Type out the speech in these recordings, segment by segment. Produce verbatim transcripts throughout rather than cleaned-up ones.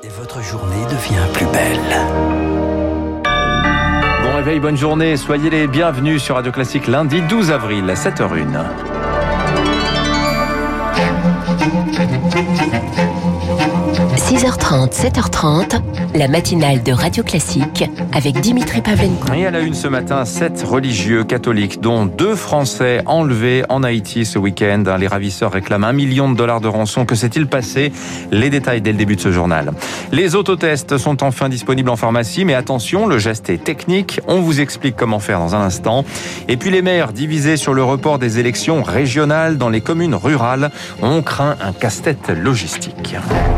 Et votre journée devient plus belle. Bon réveil, bonne journée. Soyez les bienvenus sur Radio Classique lundi douze avril à sept heures une. six heures trente, sept heures trente, la matinale de Radio Classique avec Dimitri Pavlenko. Et à la une ce matin, sept religieux catholiques, dont deux Français enlevés en Haïti ce week-end. Les ravisseurs réclament un million de dollars de rançon. Que s'est-il passé? Les détails dès le début de ce journal. Les autotests sont enfin disponibles en pharmacie, mais attention, le geste est technique. On vous explique comment faire dans un instant. Et puis les maires divisés sur le report des élections régionales dans les communes rurales. On craint un casse-tête logistique.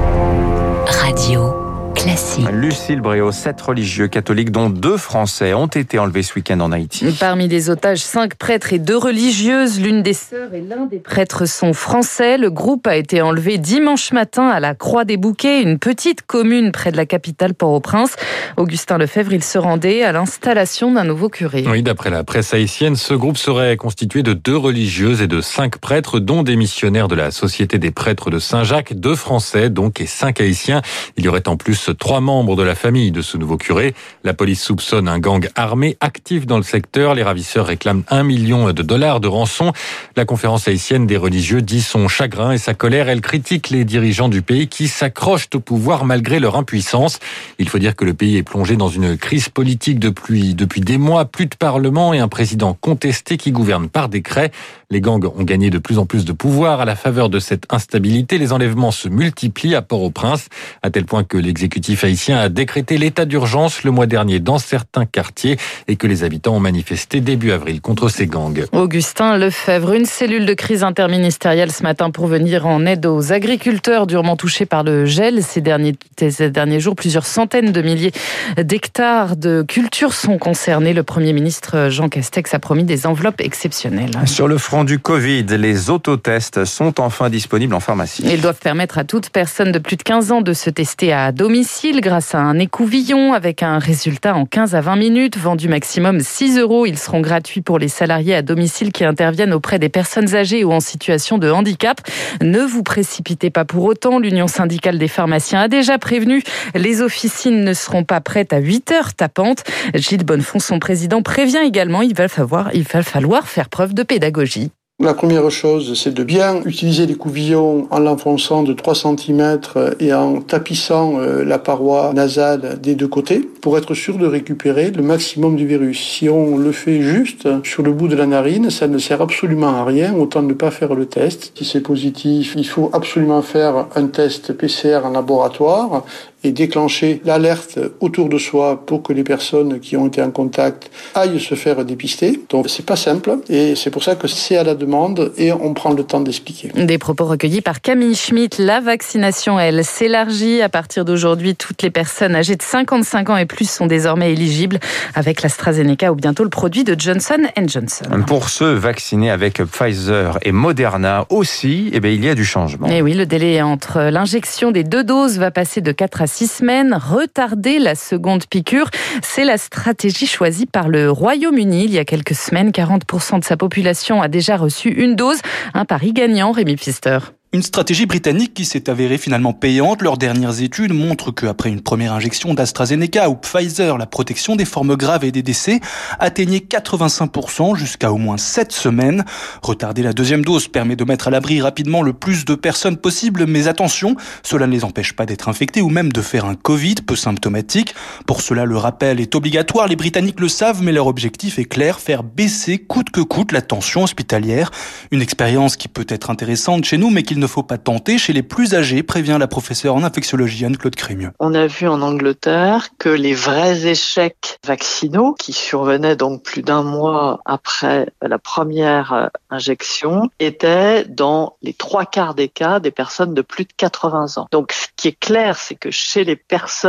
Radio Classique. Lucille Bréau, sept religieux catholiques dont deux Français ont été enlevés ce week-end en Haïti. Parmi les otages, cinq prêtres et deux religieuses. L'une des sœurs et l'un des prêtres sont français. Le groupe a été enlevé dimanche matin à la Croix-des-Bouquets, une petite commune près de la capitale Port-au-Prince. Augustin Lefebvre, il se rendait à l'installation d'un nouveau curé. Oui, d'après la presse haïtienne, ce groupe serait constitué de deux religieuses et de cinq prêtres, dont des missionnaires de la Société des prêtres de Saint-Jacques, deux Français donc et cinq Haïtiens. Il y aurait en plus trois membres de la famille de ce nouveau curé. La police soupçonne un gang armé actif dans le secteur. Les ravisseurs réclament un million de dollars de rançon. La conférence haïtienne des religieux dit son chagrin et sa colère. Elle critique les dirigeants du pays qui s'accrochent au pouvoir malgré leur impuissance. Il faut dire que le pays est plongé dans une crise politique depuis, depuis des mois. Plus de parlement et un président contesté qui gouverne par décret. Les gangs ont gagné de plus en plus de pouvoir à la faveur de cette instabilité. Les enlèvements se multiplient à Port-au-Prince, à tel point que l'exécutif haïtien a décrété l'état d'urgence le mois dernier dans certains quartiers et que les habitants ont manifesté début avril contre ces gangs. Augustin Lefebvre, une cellule de crise interministérielle ce matin pour venir en aide aux agriculteurs durement touchés par le gel. Ces derniers, ces derniers jours, plusieurs centaines de milliers d'hectares de cultures sont concernés. Le Premier ministre Jean Castex a promis des enveloppes exceptionnelles. Sur le front du Covid, les autotests sont enfin disponibles en pharmacie. Ils doivent permettre à toute personne de plus de quinze ans de se tester à domicile grâce à un écouvillon avec un résultat en quinze à vingt minutes. Vendu maximum six euros, ils seront gratuits pour les salariés à domicile qui interviennent auprès des personnes âgées ou en situation de handicap. Ne vous précipitez pas pour autant. L'Union syndicale des pharmaciens a déjà prévenu. Les officines ne seront pas prêtes à huit heures tapantes. Gilles Bonnefond, son président, prévient également il va falloir, il va falloir faire preuve de pédagogie. La première chose, c'est de bien utiliser l'écouvillon en l'enfonçant de trois centimètres et en tapissant la paroi nasale des deux côtés pour être sûr de récupérer le maximum du virus. Si on le fait juste sur le bout de la narine, ça ne sert absolument à rien, autant ne pas faire le test. Si c'est positif, il faut absolument faire un test P C R en laboratoire et déclencher l'alerte autour de soi pour que les personnes qui ont été en contact aillent se faire dépister. Donc c'est pas simple et c'est pour ça que c'est à la demande et on prend le temps d'expliquer. Des propos recueillis par Camille Schmitt. La vaccination, elle, s'élargit. À partir d'aujourd'hui, toutes les personnes âgées de cinquante-cinq ans et plus sont désormais éligibles avec l'AstraZeneca ou bientôt le produit de Johnson and Johnson. Pour ceux vaccinés avec Pfizer et Moderna aussi, eh bien, il y a du changement. Et oui, le délai entre l'injection des deux doses va passer de quatre à six semaines. Retarder la seconde piqûre, c'est la stratégie choisie par le Royaume-Uni. Il y a quelques semaines, quarante pour cent de sa population a déjà reçu une dose. Un pari gagnant, Rémi Pfister. Une stratégie britannique qui s'est avérée finalement payante. Leurs dernières études montrent qu'après une première injection d'AstraZeneca ou Pfizer, la protection des formes graves et des décès atteignait quatre-vingt-cinq pour cent jusqu'à au moins sept semaines. Retarder la deuxième dose permet de mettre à l'abri rapidement le plus de personnes possible, mais attention, cela ne les empêche pas d'être infectés ou même de faire un Covid peu symptomatique. Pour cela, le rappel est obligatoire. Les Britanniques le savent, mais leur objectif est clair, faire baisser coûte que coûte la tension hospitalière. Une expérience qui peut être intéressante chez nous, mais qui il ne faut pas tenter chez les plus âgés, prévient la professeure en infectiologie Anne-Claude Crémieux. On a vu en Angleterre que les vrais échecs vaccinaux, qui survenaient donc plus d'un mois après la première injection, étaient dans les trois quarts des cas des personnes de plus de quatre-vingts ans. Donc ce qui est clair, c'est que chez les personnes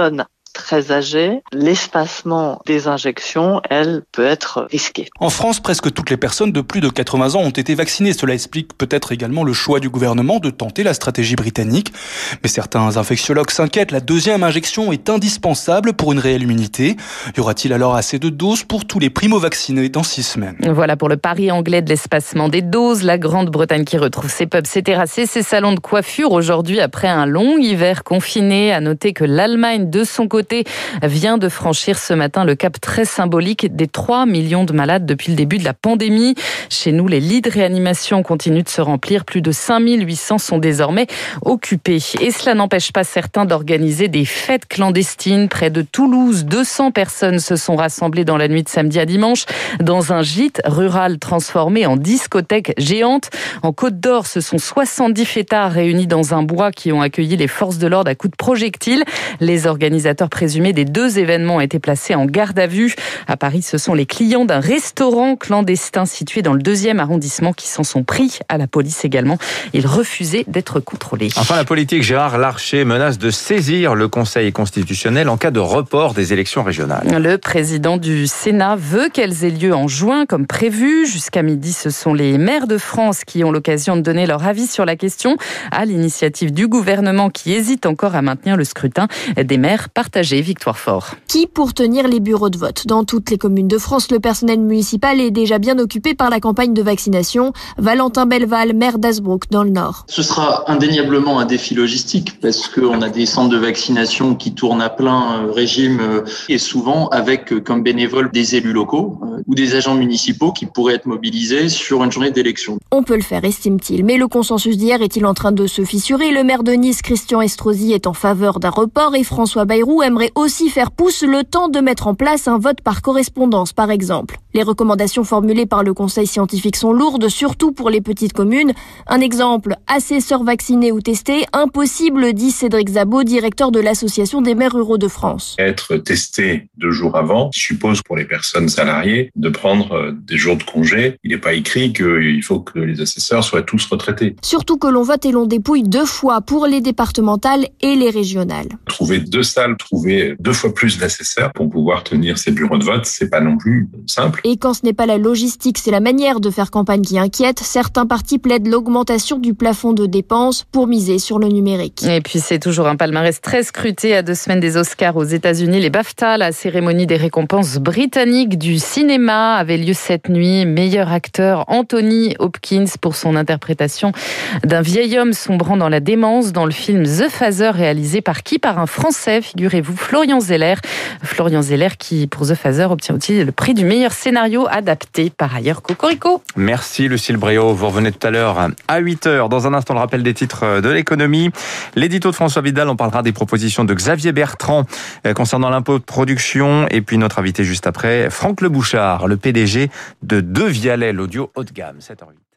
très âgés, l'espacement des injections, elle, peut être risquée. En France, presque toutes les personnes de plus de quatre-vingts ans ont été vaccinées. Cela explique peut-être également le choix du gouvernement de tenter la stratégie britannique. Mais certains infectiologues s'inquiètent, la deuxième injection est indispensable pour une réelle immunité. Y aura-t-il alors assez de doses pour tous les primo-vaccinés dans six semaines ? Voilà pour le pari anglais de l'espacement des doses. La Grande-Bretagne qui retrouve ses pubs, ses terrasses et ses salons de coiffure aujourd'hui après un long hiver confiné. À noter que l'Allemagne, de son côté, vient de franchir ce matin le cap très symbolique des trois millions de malades depuis le début de la pandémie. Chez nous, les lits de réanimation continuent de se remplir. Plus de cinq mille huit cents sont désormais occupés. Et cela n'empêche pas certains d'organiser des fêtes clandestines. Près de Toulouse, deux cents personnes se sont rassemblées dans la nuit de samedi à dimanche dans un gîte rural transformé en discothèque géante. En Côte d'Or, ce sont soixante-dix fêtards réunis dans un bois qui ont accueilli les forces de l'ordre à coups de projectiles. Les organisateurs présumés des deux événements ont été placés en garde à vue. À Paris, ce sont les clients d'un restaurant clandestin situé dans le deuxième arrondissement qui s'en sont pris à la police également. Ils refusaient d'être contrôlés. Enfin, la politique, Gérard Larcher menace de saisir le Conseil constitutionnel en cas de report des élections régionales. Le président du Sénat veut qu'elles aient lieu en juin comme prévu. Jusqu'à midi, ce sont les maires de France qui ont l'occasion de donner leur avis sur la question à l'initiative du gouvernement qui hésite encore à maintenir le scrutin des maires partagés. Victoire Fort. Qui pour tenir les bureaux de vote ? Dans toutes les communes de France, le personnel municipal est déjà bien occupé par la campagne de vaccination. Valentin Belval, maire d'Hazebrouck dans le Nord. Ce sera indéniablement un défi logistique parce qu'on a des centres de vaccination qui tournent à plein régime et souvent avec comme bénévoles des élus locaux ou des agents municipaux qui pourraient être mobilisés sur une journée d'élection. On peut le faire, estime-t-il. Mais le consensus d'hier est-il en train de se fissurer ? Le maire de Nice, Christian Estrosi, est en faveur d'un report et François Bayrou aimerait aussi faire pouce le temps de mettre en place un vote par correspondance, par exemple. Les recommandations formulées par le conseil scientifique sont lourdes, surtout pour les petites communes. Un exemple, assesseurs vaccinés ou testés, impossible, dit Cédric Zabot, directeur de l'association des maires ruraux de France. Être testé deux jours avant suppose pour les personnes salariées de prendre des jours de congé. Il n'est pas écrit qu'il faut que les assesseurs soient tous retraités. Surtout que l'on vote et l'on dépouille deux fois pour les départementales et les régionales. Trouver deux salles, trouver deux fois plus d'assesseurs pour pouvoir tenir ces bureaux de vote, c'est pas non plus simple. Et quand ce n'est pas la logistique, c'est la manière de faire campagne qui inquiète. Certains partis plaident l'augmentation du plafond de dépenses pour miser sur le numérique. Et puis c'est toujours un palmarès très scruté à deux semaines des Oscars aux États-Unis. Les BAFTA, la cérémonie des récompenses britanniques du cinéma, avait lieu cette nuit. Meilleur acteur Anthony Hopkins pour son interprétation d'un vieil homme sombrant dans la démence dans le film The Phaser, réalisé par qui ? Par un Français, figurez-vous, Florian Zeller. Florian Zeller qui, pour The Phaser, obtient aussi le prix du meilleur scénario adapté. Par ailleurs, Cocorico. Merci Lucille Bréau. Vous revenez tout à l'heure à huit heures. Dans un instant, le rappel des titres de l'économie. L'édito de François Vidal, on parlera des propositions de Xavier Bertrand concernant l'impôt de production. Et puis notre invité juste après, Franck Le Bouchard, le P D G de Devialet, l'audio haut de gamme. sept heures huit.